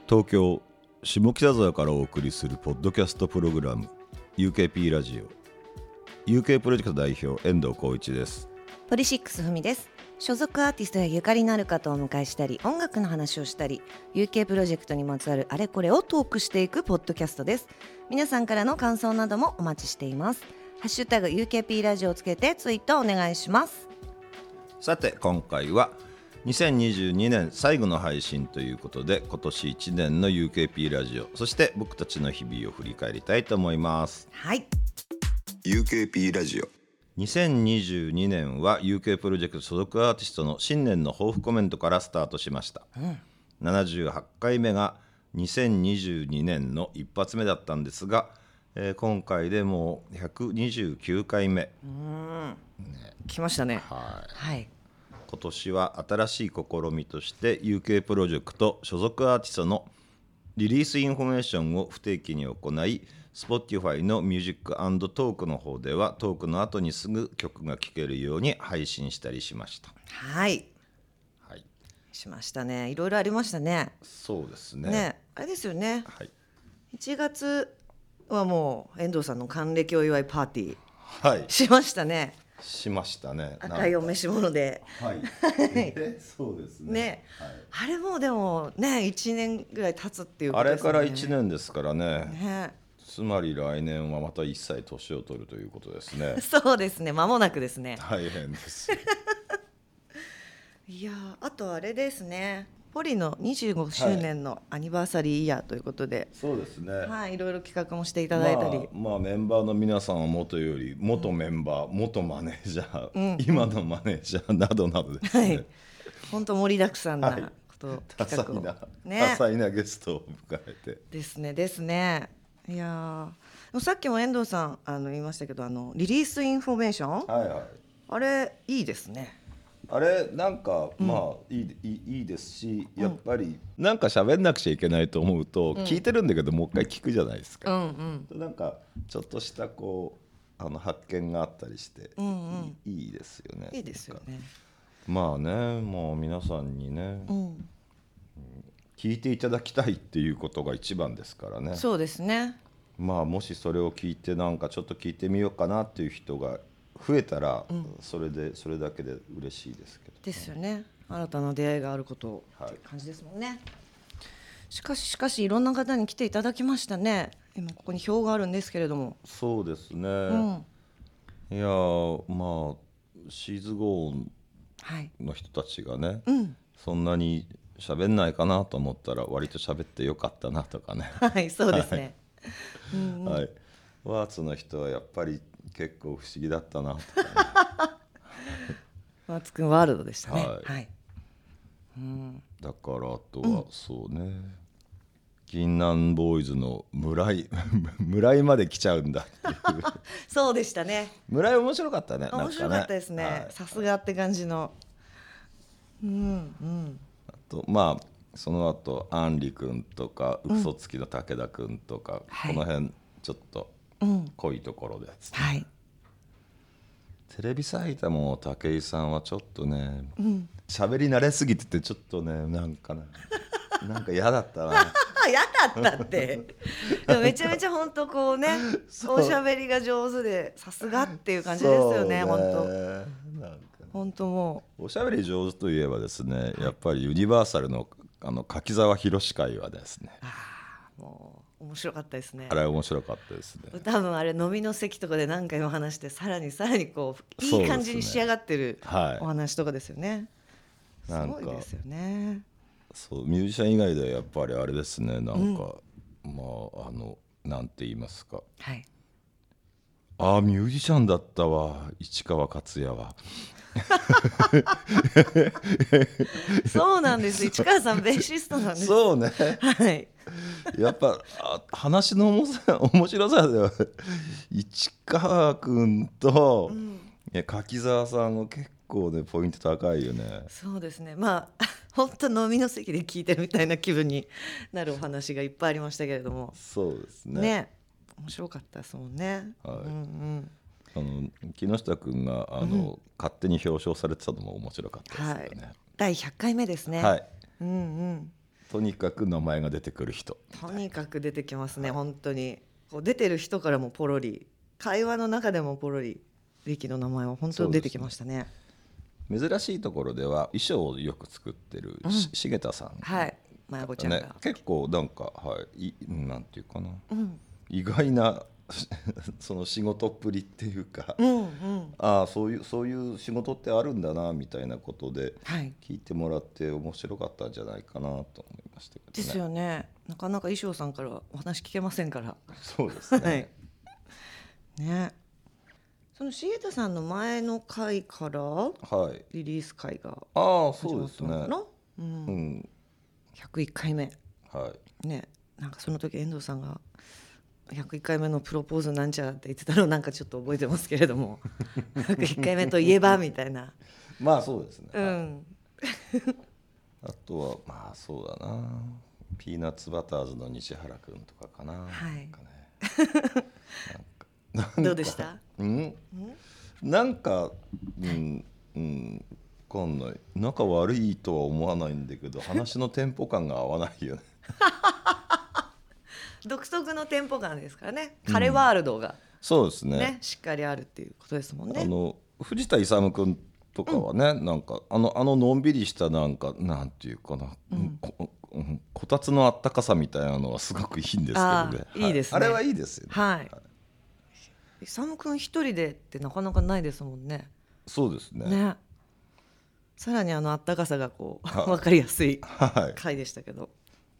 東京下北沢からお送りするポッドキャストプログラム UKP ラジオ UK プロジェクト代表遠藤浩一です。 ポリシックスふみです。所属アーティストやゆかりのある方をお迎えしたり、音楽の話をしたり、 UK プロジェクトにまつわるあれこれをトークしていくポッドキャストです。皆さんからの感想などもお待ちしています。ハッシュタグ UKP ラジオをつけてツイートお願いします。 さて今回は2022年最後の配信ということで、今年1年の UKP ラジオ、そして僕たちの日々を振り返りたいと思います。 はい、 UKP ラジオ。2022年は UK プロジェクト所属アーティストの新年の抱負コメントからスタートしました。78回目が2022年の一発目だったんですが、今回でもう129回目、 来ましたね。 はい、今年は新しい試みとして UK プロジェクト所属アーティストのリリースインフォメーションを不定期に行い、 Spotify のミュージック&トークの方ではトークの後にすぐ曲が聴けるように配信したりしました。 はい、はい、しましたね。いろいろありましたね。 そうですね。 あれですよね、 はい、 1月はもう遠藤さんの還暦を祝いパーティー、 はい、 しましたね。 しましたね。 赤いお召し物で、 はい、そうですね。はい、 あれもでもね1年ぐらい経つっていうことですね。 あれから1年ですからね。つまり来年はまた1歳年を取るということですね。 そうですね、間もなくですね。 大変ですいや、あとあれですね、ポリの25周年のアニバーサリーイヤーということで、 そうですね。 はい、いろいろ企画もしていただいたり、 メンバーの皆さんは元より元メンバー、元マネージャー、今のマネージャーなどなどですね、 本当盛りだくさんなこと、企画を、 多彩なゲストを迎えてですね。いや、さっきも遠藤さん言いましたけど、リリースインフォメーション、あれいいですね。 あれなんか、いいですし、やっぱりなんか喋んなくちゃいけないと思うと、聞いてるんだけどもう一回聞くじゃないですか。なんかちょっとした発見があったりして、いいですよね。 いいですよね。 もう皆さんにね、聞いていただきたいっていうことが一番ですからね。 そうですね。 もしそれを聞いてなんかちょっと聞いてみようかなっていう人が増えたら、それだけで嬉しいですけど、 ですよね。新たな出会いがあることっていう感じですもんね。しかしいろんな方に来ていただきましたね。今ここに表があるんですけれども。 そうですね、いやシーズゴーンの人たちがね、そんなに喋んないかなと思ったら割と喋ってよかったなとかね。 はい、そうですね。 はい、ワーツの人はやっぱり結構不思議だったなとか、 ワーツくんワールドでしたね。 だからあとはそうね、銀杏ボーイズの村井まで来ちゃうんだっていうそうでしたね。 村井面白かったね。 面白かったですね。さすがって感じの。 あとその後アンリ君とか嘘つきの武田君とか、この辺ちょっと濃いところですね。テレビ埼玉の武井さんはちょっとね、喋り慣れすぎててちょっとねなんか嫌だったな嫌だったってでもめちゃめちゃ本当こうねおしゃべりが上手で、さすがっていう感じですよね。本当もうおしゃべり上手といえばですね、やっぱりユニバーサルの柿沢博会はですね、 もう面白かったですね。 あれ面白かったですね。 多分あれ飲みの席とかで何回も話して、さらにこういい感じに仕上がってるお話とかですよね。すごいですよね。 そう、ミュージシャン以外ではやっぱりあれですね、なんか、なんて言いますか、ミュージシャンだったわ市川克也はそうなんです。市川さんベーシストなんです。 そうね、やっぱ話の面白さでは市川君と、柿沢さんが結構ねポイント高いよね。 そうですね。本当飲みの席で聞いてるみたいな気分になるお話がいっぱいありましたけれども。 そうですね。 面白かったですもんね。 木下君が勝手に表彰されてたのも面白かったですよね。 第100回目ですね。 とにかく名前が出てくる人。 とにかく出てきますね、本当に。こう出てる人からもポロリ、会話の中でもポロリ、リキの名前は本当に出てきましたね。 珍しいところでは衣装をよく作ってる重田さん、 はい、まやこちゃんが、 結構なんか、はい、なんていうかな、意外なその仕事っぷりっていうか、そういう仕事ってあるんだなみたいなことで聞いてもらって面白かったんじゃないかなと思いましたけどね。 ですよね。なかなか衣装さんからお話聞けませんから。 そうですね。 ね。その重田さんの前の回からリリース回が始まったのかな。 101回目、ね、なんかその時遠藤さんが101回目のプロポーズなんちゃらって言ってたのをなんかちょっと覚えてますけれども101回目といえばみたいな。 まあそうですね、あとはまあそうだな、ピーナッツバターズの西原くんとかかな。なんかどうでした？ なんか今度仲悪いとは思わないんだけど話のテンポ感が合わないよね独特のテンポ感ですからね、彼ワールドが、 そうですね、 しっかりあるっていうことですもんね。 藤田勇君とかはね、なんかのんびりしたなんていうかな、こたつのあったかさみたいなのはすごくいいんですけどね。 いいですね、 あれはいいですよね。 勇君一人でってなかなかないですもんね。 そうですね。 さらにあったかさがこう分かりやすい回でしたけど、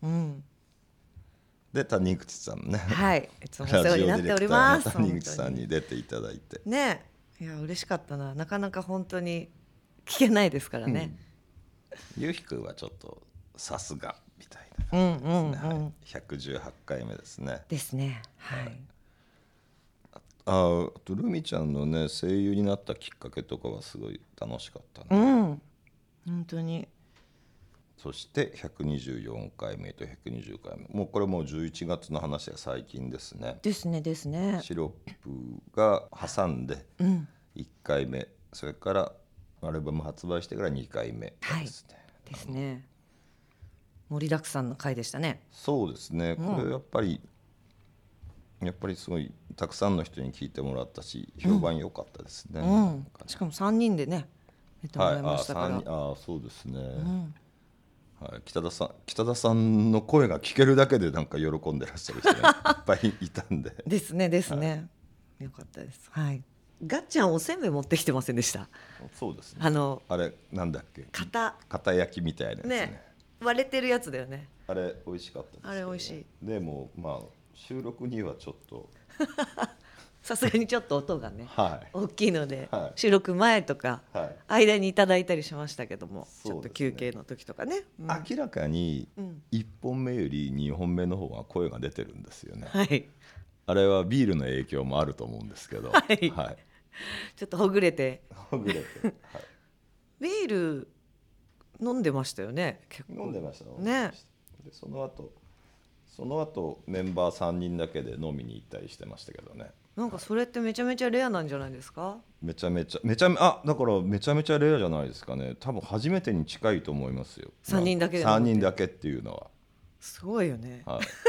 で谷口さんね、 いつもお世話になっております。 谷口さんに出ていただいてね、いや嬉しかったな。なかなか本当に聞けないですからね。 ゆうひくんはちょっとさすがみたいな感じですね。118回目ですね。 ですね。はい。 あとルミちゃんのね声優になったきっかけとかはすごい楽しかったね。 本当に。 そして124回目と120回目、もうこれもう11月の話が最近ですね。 ですね。 シロップが挟んで1回目、それからアルバム発売してから2回目ですね。 ですね。盛りだくさんの回でしたね。 そうですね。これやっぱりすごいたくさんの人に聞いてもらったし評判良かったですね。 しかも3人でね出てもらいましたから。 そうですね。北田さんの声が聞けるだけでなんか喜んでらっしゃる人がいっぱいいたんでですね、よかったです。ガッチャンおせんべい持ってきてませんでした？ そうですね。あれなんだっけ、片焼きみたいなやつね。 割れてるやつだよね。 あれ美味しかったです。 あれ美味しい。 でもまあ収録にはちょっとさすがにちょっと音がね、大きいので、収録前とか、間にいただいたりしましたけども、ちょっと休憩の時とかね、 明らかに1本目より2本目の方が声が出てるんですよね。あれはビールの影響もあると思うんですけど、 ちょっとほぐれてビール飲んでましたよね。結構飲んでましたね。でその後メンバー3人だけで飲みに行ったりしてましたけどね。 なんかそれってめちゃめちゃレアなんじゃないですか？ だからめちゃめちゃレアじゃないですかね。多分初めてに近いと思いますよ。 3人だけで 3人だけっていうのはすごいよね。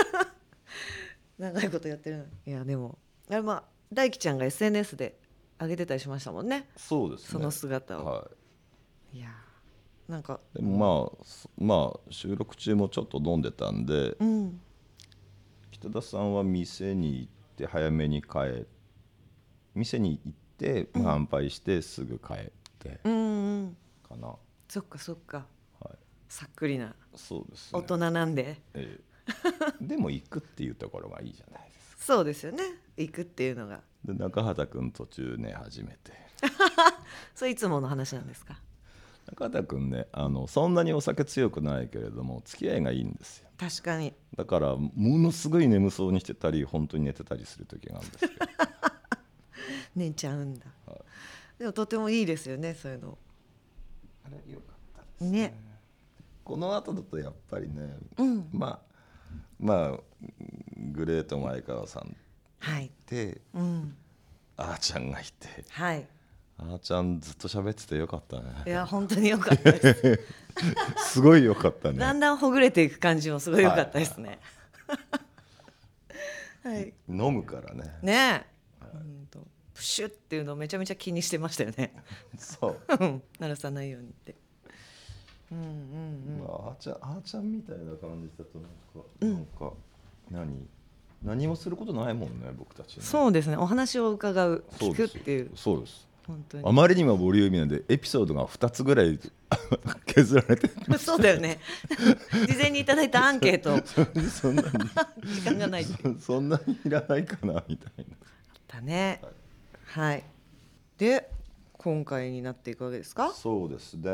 長いことやってる。いやでもあれ大輝ちゃんが SNS で上げてたりしましたもんね。 そうですね。 その姿を。いやなんかでもまあ収録中もちょっと飲んでたんで、北田さんは店に行って早めに店に行って乾杯してすぐ帰ってかな。 そっか、さっくりな。 そうですね。 大人なんで、 でも行くっていうところがいいじゃないですか。 そうですよね、行くっていうのが。 で中畑君途中ね初めてそれいつもの話なんですか？ 中畑君ねそんなにお酒強くないけれども付き合いがいいんですよ。 確かに。 だからものすごい眠そうにしてたり本当に寝てたりする時があるんですよ寝ちゃうんだ、でもとてもいいですよね、そういうの。 あれ良かったですね。この後だとやっぱりね、まあグレート前川さんいて、あーちゃんがいて、 あーちゃんずっと喋っててよかったね。 いや本当によかったですすごいよかったね。 だんだんほぐれていく感じもすごいよかったですね。はい。 飲むからね。 ねえ、プシュっていうのをめちゃめちゃ気にしてましたよね。 そう鳴らさないようにって。 まあ、あーちゃんみたいな感じだとなんか何もすることないもんね、僕たちね。 そうですね、お話を伺う、聞くっていう。 そうです。 本当にあまりにもボリューミーなんでエピソードが2つぐらい削られてそうだよね事前にいただいたアンケートそんなに時間がないそんなにいらないかなみたいな。 だね。はい。で今回になっていくわけですか。 そうですね。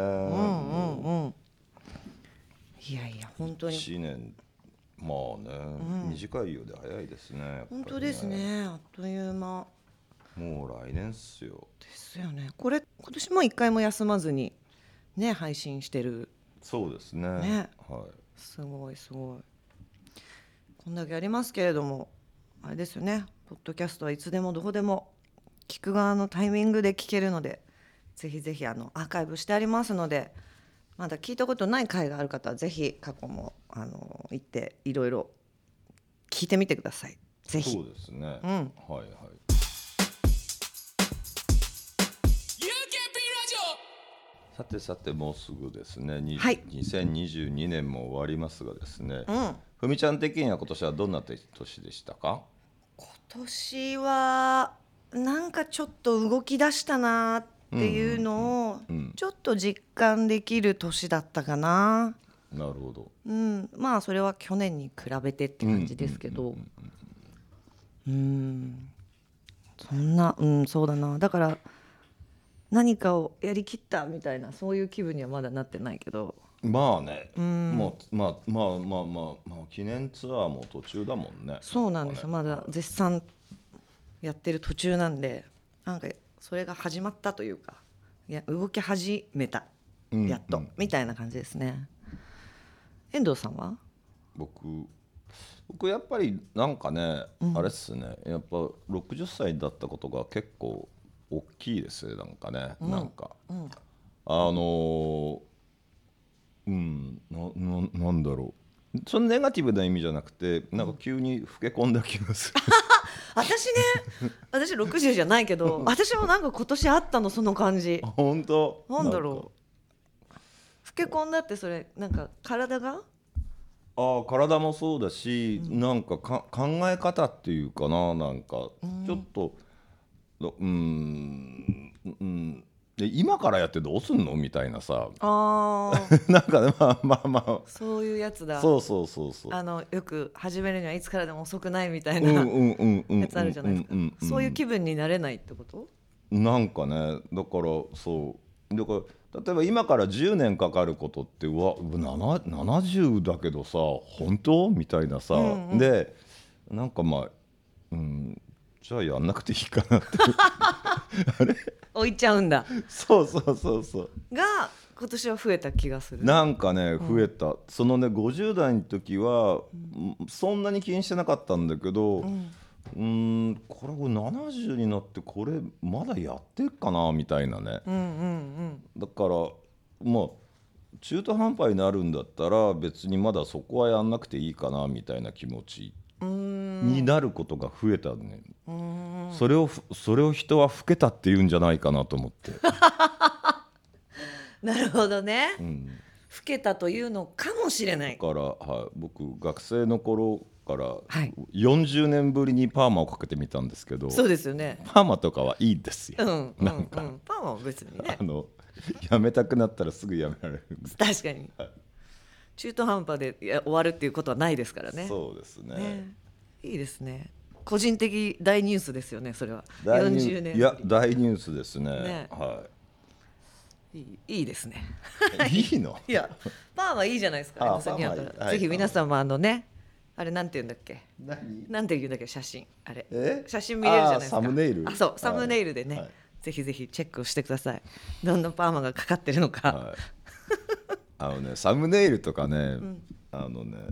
いやいや本当に 1年まあね、短いようで早いですね。 本当ですね、あっという間。 もう来年っすよ。 ですよね。これ今年も一回も休まずにね配信してる。 そうですね。 ね、 はい。 すごいすごい。こんだけありますけれども、あれですよね。ポッドキャストはいつでもどこでも聞く側のタイミングで聞けるので、ぜひぜひアーカイブしてありますので、まだ聞いたことない回がある方はぜひ過去も行っていろいろ聞いてみてください。ぜひ。 そうですね。はいはい。さてもうすぐですね、 はい、 2022年も終わりますがですね、ふみちゃん的には今年はどんな年でしたか？ 今年はなんかちょっと動き出したなっていうのをちょっと実感できる年だったかな。 なるほど。 まあそれは去年に比べてって感じですけど、そんなそうだな。だから何かをやりきったみたいなそういう気分にはまだなってないけど、 まあね、もうまあ記念ツアーも途中だもんね。 そうなんですよ、まだ絶賛やってる途中なんで、なんかそれが始まったというか、いや動き始めた、やっとみたいな感じですね。遠藤さんは？ 僕やっぱりなんかね、あれっすね、やっぱ60歳だったことが結構大きいですね。なんかね、なんかなんだろう、そのネガティブな意味じゃなくて、なんか急に老け込んだ気がする私60じゃないけど私もなんか今年あったの、その感じ。 本当なんだろう、老け込んだって。それなんか体が体もそうだし、なんか考え方っていうかな、なんかちょっとで今からやってどうすんのみたいなさなんかね、まあそういうやつだ。 そうよく始めるにはいつからでも遅くないみたいなやつあるじゃないですか。そういう気分になれないってこと？ なんかね、だからだから例えば今から10年かかることって70だけどさ本当みたいなさ、でなんかじゃあやんなくていいかなってあれ置いちゃうんだ。 そうが今年は増えた気がする。 なんかね増えた、そのね50代の時は、そんなに気にしてなかったんだけど、これ70になってこれまだやってるかなみたいなね、だからまあ中途半端になるんだったら別にまだそこはやんなくていいかなみたいな気持ちになることが増えたね。それを人は老けたって言うんじゃないかなと思ってなるほどね、老けたというのかもしれない。 だから、僕学生の頃から40年ぶりにパーマをかけてみたんですけど、 そうですよね、 パーマとかはいいですよ、なんか、 パーマは別にねやめたくなったらすぐやめられる。 確かに、中途半端で終わるっていうことはないですからね。 そうですね、 いいですね。個人的大ニュースですよね、それは。40年。 いや大ニュースですね。 いいですねいいの？ いやパーマいいじゃないですか。ぜひ皆さんもあれなんて言うんだっけ、なんて言うんだっけ、写真写真見れるじゃないですか。 サムネイル。 そう、サムネイルでね、ぜひぜひチェックをしてください。どんなパーマがかかってるのか、 サムネイルとかね、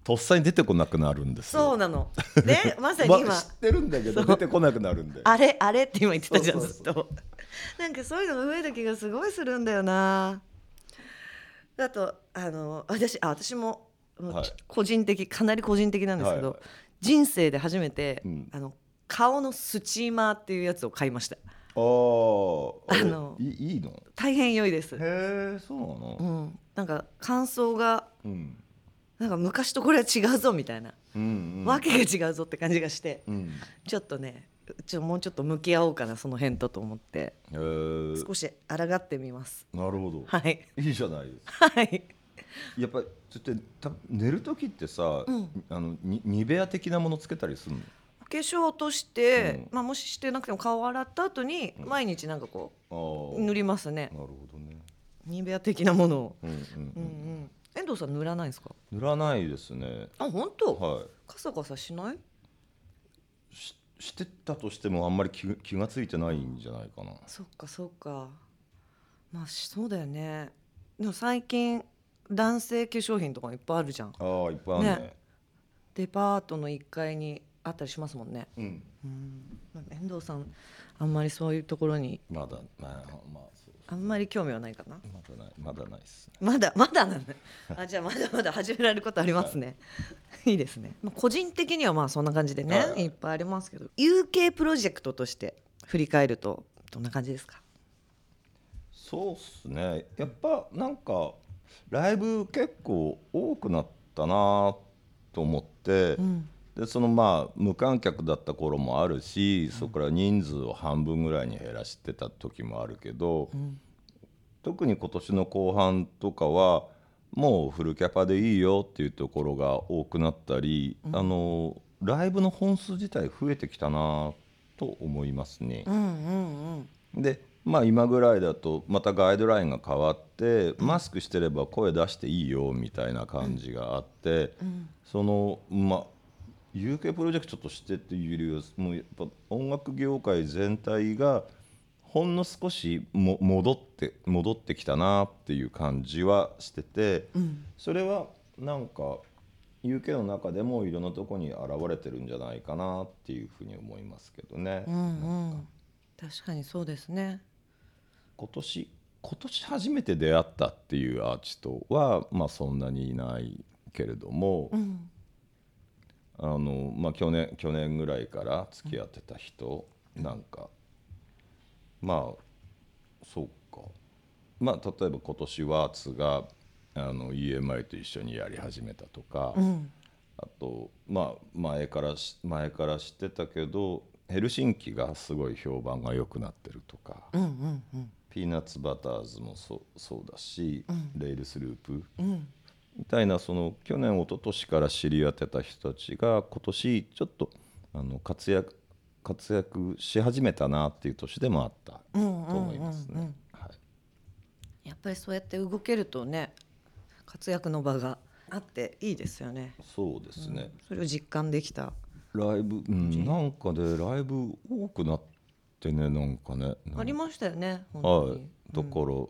とっさに出てこなくなるんですよ。 そうなのね、まさに今、 知ってるんだけど出てこなくなるんであれあれって今言ってたじゃん。 そうそうそうずっとなんかそういうのが増えた気がすごいするんだよな。あと私も、 はい、 かなり個人的なんですけど、 はいはい、 人生で初めて、 うん、 顔のスチーマーっていうやつを買いました。 あれいいの？ 大変良いです。 へえ、そうなの？ なんか感想が、 うん、 なんか昔とこれは違うぞみたいな、 うんうんわけが違うぞって感じがして、 うん、 ちょっとねもうちょっと向き合おうかなその辺と思って、 へえ、 少し抗ってみます。 なるほど、 はい。 いいじゃないですか。 はい。 やっぱりちょっと寝る時ってさ、ニベア的なものつけたりするの？ お化粧落として、 うん、 もししてなくても顔洗った後に毎日なんかこう塗りますね。 なるほどね。 ニベア的なものを。 うんうんうんうん遠藤さん塗らないですか？ 塗らないですね。 あ、本当？ はカサカサしない？ い。してたとしてもあんまり気がついてないんじゃないかな。 そっかそっか。まあそうだよね。でも最近男性化粧品とかもいっぱいあるじゃん。 ああ、いっぱいあるね。 デパートの1階にあったりしますもんね。 うん。 遠藤さんあんまりそういうところにまだ、まあそうですね。 あんまり興味はないかな。 まだないですね。 まだなんだ。あ、じゃあまだまだ始められることありますね。いいですね。個人的にはまあそんな感じでね、 はいいっぱいありますけど、UK プロジェクトとして振り返るとどんな感じですか？ そうっすね。やっぱなんかライブ結構多くなったなと思って、でそのまあ無観客だった頃もあるし、そこから人数を半分ぐらいに減らしてた時もあるけど、特に今年の後半とかはもうフルキャパでいいよっていうところが多くなったり、ライブの本数自体増えてきたなと思いますね。でまあ今ぐらいだとまたガイドラインが変わって、マスクしてれば声出していいよみたいな感じがあって、そのUK プロジェクトとしてっていうよりはもうやっぱ音楽業界全体がほんの少し戻ってきたなっていう感じはしてて、それはなんか UK の中でもいろんなところに現れてるんじゃないかなっていうふうに思いますけどね。 確かにそうですね。 今年初めて出会ったっていうアーティストはまあそんなにいないけれども、去年ぐらいから付き合ってた人、なんかまあそうか、まあ例えば今年ワーツがEMI と一緒にやり始めたとか、あとまあ前から知ってたけどヘルシンキがすごい評判が良くなってるとか、ピーナッツバターズもそうだし、レイルスループ、みたいなその去年一昨年から知り合ってた人たちが今年ちょっと活躍し始めたなっていう年でもあったと思いますね。 やっぱりそうやって動けるとね、活躍の場があっていいですよね。 そうですね、 それを実感できたライブ、なんかでライブ多くなってね、なんかねありましたよね本当に。 はい、だから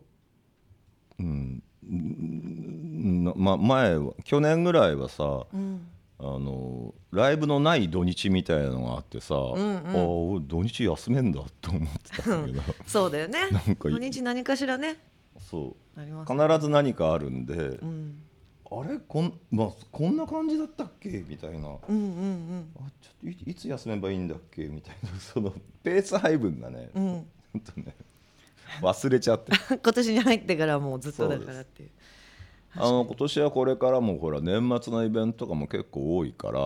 前は去年ぐらいはさ、ライブのない土日みたいなのがあってさ、俺土日休めんだと思ってたんだけどそうだよね、 なんか土日何かしらね、 そうあります必ず何かあるんで、あれこんな感じだったっけみたいな、ちょっといつ休めばいいんだっけみたいな、そのペース配分がね、本当ね忘れちゃって今年に入ってからもうずっとだからっていう。 今年はこれからもほら年末のイベントとかも結構多いから、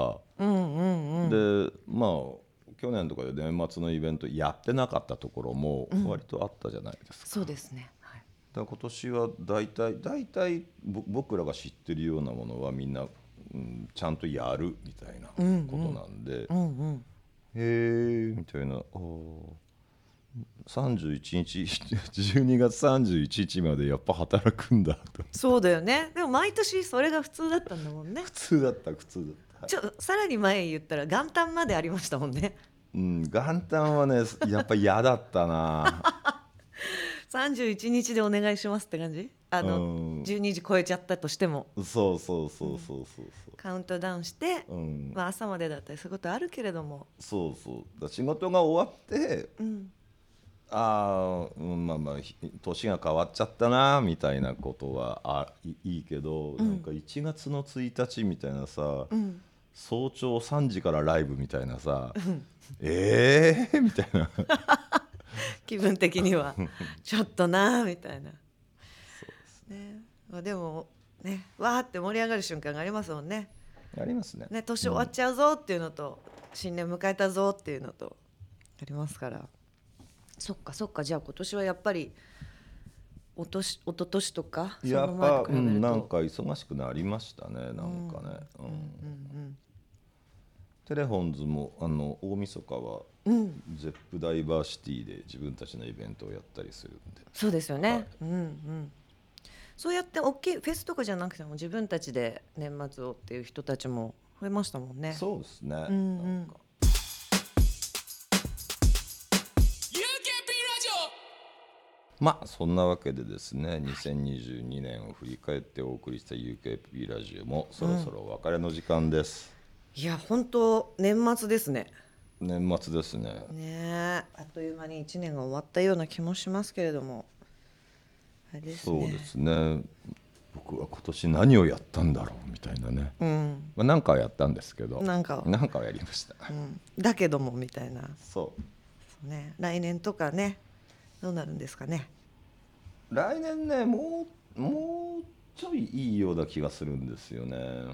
でまあ去年とかで年末のイベントやってなかったところも割とあったじゃないですか。 そうですね、はい、 だから今年は大体僕らが知ってるようなものはみんな、ちゃんとやるみたいなことなんで、へえみたいな、31日12月31日までやっぱ働くんだと。 そうだよね。でも毎年それが普通だったんだもんね。 普通だった。 さらに前言ったら元旦までありましたもんね。 元旦はねやっぱ嫌だったな 31日でお願いしますって感じ。 12時超えちゃったとしてもそうカウントダウンして、朝までだったりそういうことあるけれども、 そう仕事が終わって、まあ年が変わっちゃったなみたいなことはいいけど、なんか1月の1日みたいなさ、早朝3時からライブみたいなさ、みたいな気分的にはちょっとなみたいな。そうですね。でもね、わーって盛り上がる瞬間がありますもんね。 ありますね。 年終わっちゃうぞっていうのと、新年迎えたぞっていうのとありますから。そっか、じゃあ今年はやっぱりおととしとかやっぱ、なんか忙しくなりましたね、なんかね。テレフォンズも大晦日は、ゼップダイバーシティで自分たちのイベントをやったりするんで。 そうですよね、そうやって大きいフェスとかじゃなくても自分たちで年末をっていう人たちも増えましたもんね。 そうですね、 なんかまあそんなわけでですね、2022年を振り返ってお送りした UKP ラジオもそろそろお別れの時間です。 いや本当年末ですね。 年末ですね。 あっという間に1年が終わったような気もしますけれども、あれですね。 そうですね。僕は今年何をやったんだろうみたいなね。何かはやったんですけど、何かはやりました。 だけどもみたいな。 そうね。来年とかね、どうなるんですかね。 来年ね、もうちょいいいような気がするんですよね。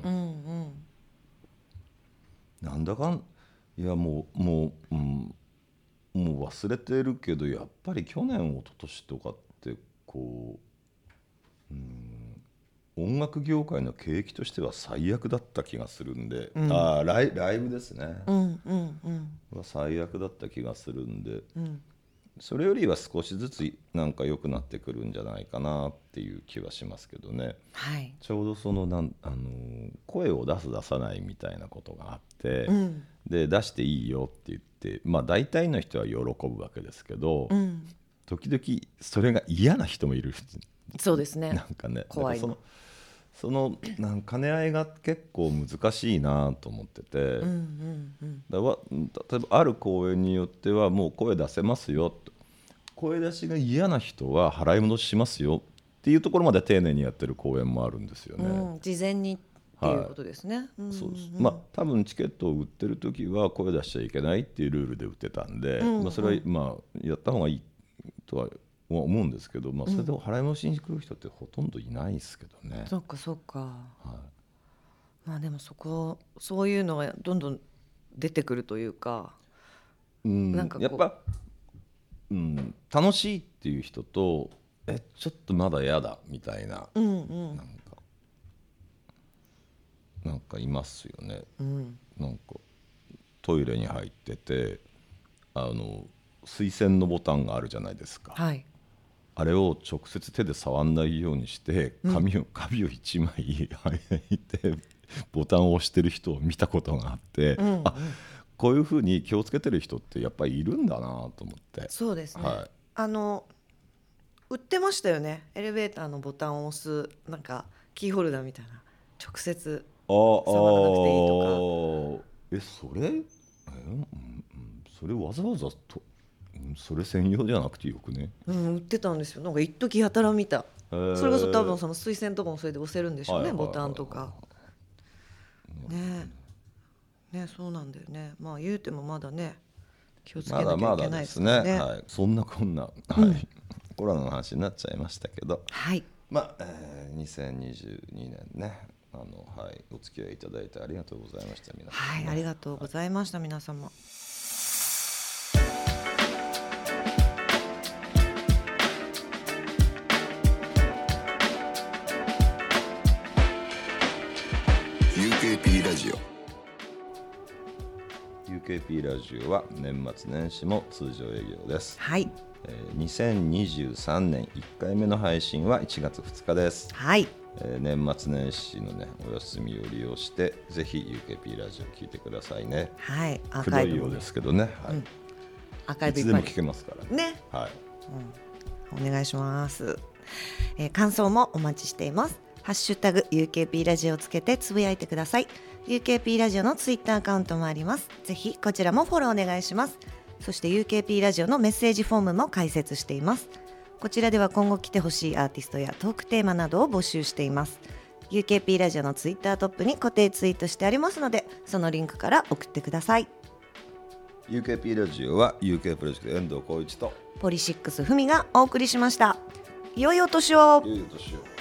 なんだかんいやもう忘れてるけど、やっぱり去年一昨年とかってこう、音楽業界の景気としては最悪だった気がするんで、ライブですね、は最悪だった気がするんで、それよりは少しずつなんか良くなってくるんじゃないかなっていう気はしますけどね。ちょうどその声を出さないみたいなことがあって、で出していいよって言って、大体の人は喜ぶわけですけど、時々それが嫌な人もいる。 そうですね。 なんかね、 怖いの。 その兼ね合いが結構難しいなと思ってて、例えばある公演によってはもう声出せますよと、声出しが嫌な人は払い戻ししますよっていうところまで丁寧にやってる公演もあるんですよね。 事前にっていうことですね。 そうです。多分チケットを売ってる時は声出しちゃいけないっていうルールで売ってたんで、それはやった方がいいとは思うんですけど、それで払い戻しに来る人ってほとんどいないですけどね。 そっか、でもそういうのがどんどん出てくるというか、なんかやっぱ、楽しいっていう人とちょっとまだやだみたいな、なんかいますよね。なんかトイレに入ってて水洗のボタンがあるじゃないですか。あれを直接手で触んないようにして紙を1枚履いてボタンを押してる人を見たことがあって、こういうふうに気をつけてる人ってやっぱりいるんだなと思って。 そうですね、売ってましたよね、エレベーターのボタンを押すなんかキーホルダーみたいな、直接触らなくていいとか。 それわざわざそれ専用じゃなくてよくね。 売ってたんですよ。なんか一時やたら見た。それこそ多分その水栓とかもそれで押せるんでしょうね、ボタンとかね。そうなんだよね。言うてもまだね、気をつけなきゃいけないですね。 そんなこんな、コロナの話になっちゃいましたけど、2022年ね、お付き合いいただいてありがとうございました。皆さん、 ありがとうございました。皆様。 UKP ラジオ。UKP ラジオは年末年始も通常営業です。2023年1回目の配信は1月2日です。年末年始のねお休みを利用してぜひ UKP ラジオ聞いてくださいね。くどいようですけどね、 アーカイブいつでも聞けますからね。お願いします。 感想もお待ちしています。ハッシュタグ UKP ラジオをつけてつぶやいてください。 UKP ラジオのツイッターアカウントもあります。ぜひこちらもフォローお願いします。そして UKP ラジオのメッセージフォームも開設しています。こちらでは今後来てほしいアーティストやトークテーマなどを募集しています。 UKP ラジオのツイッタートップに固定ツイートしてありますので、そのリンクから送ってください。 UKP ラジオは UK プロジェクト遠藤浩一とポリシックスふみがお送りしました。良いお年を。 良いお年を。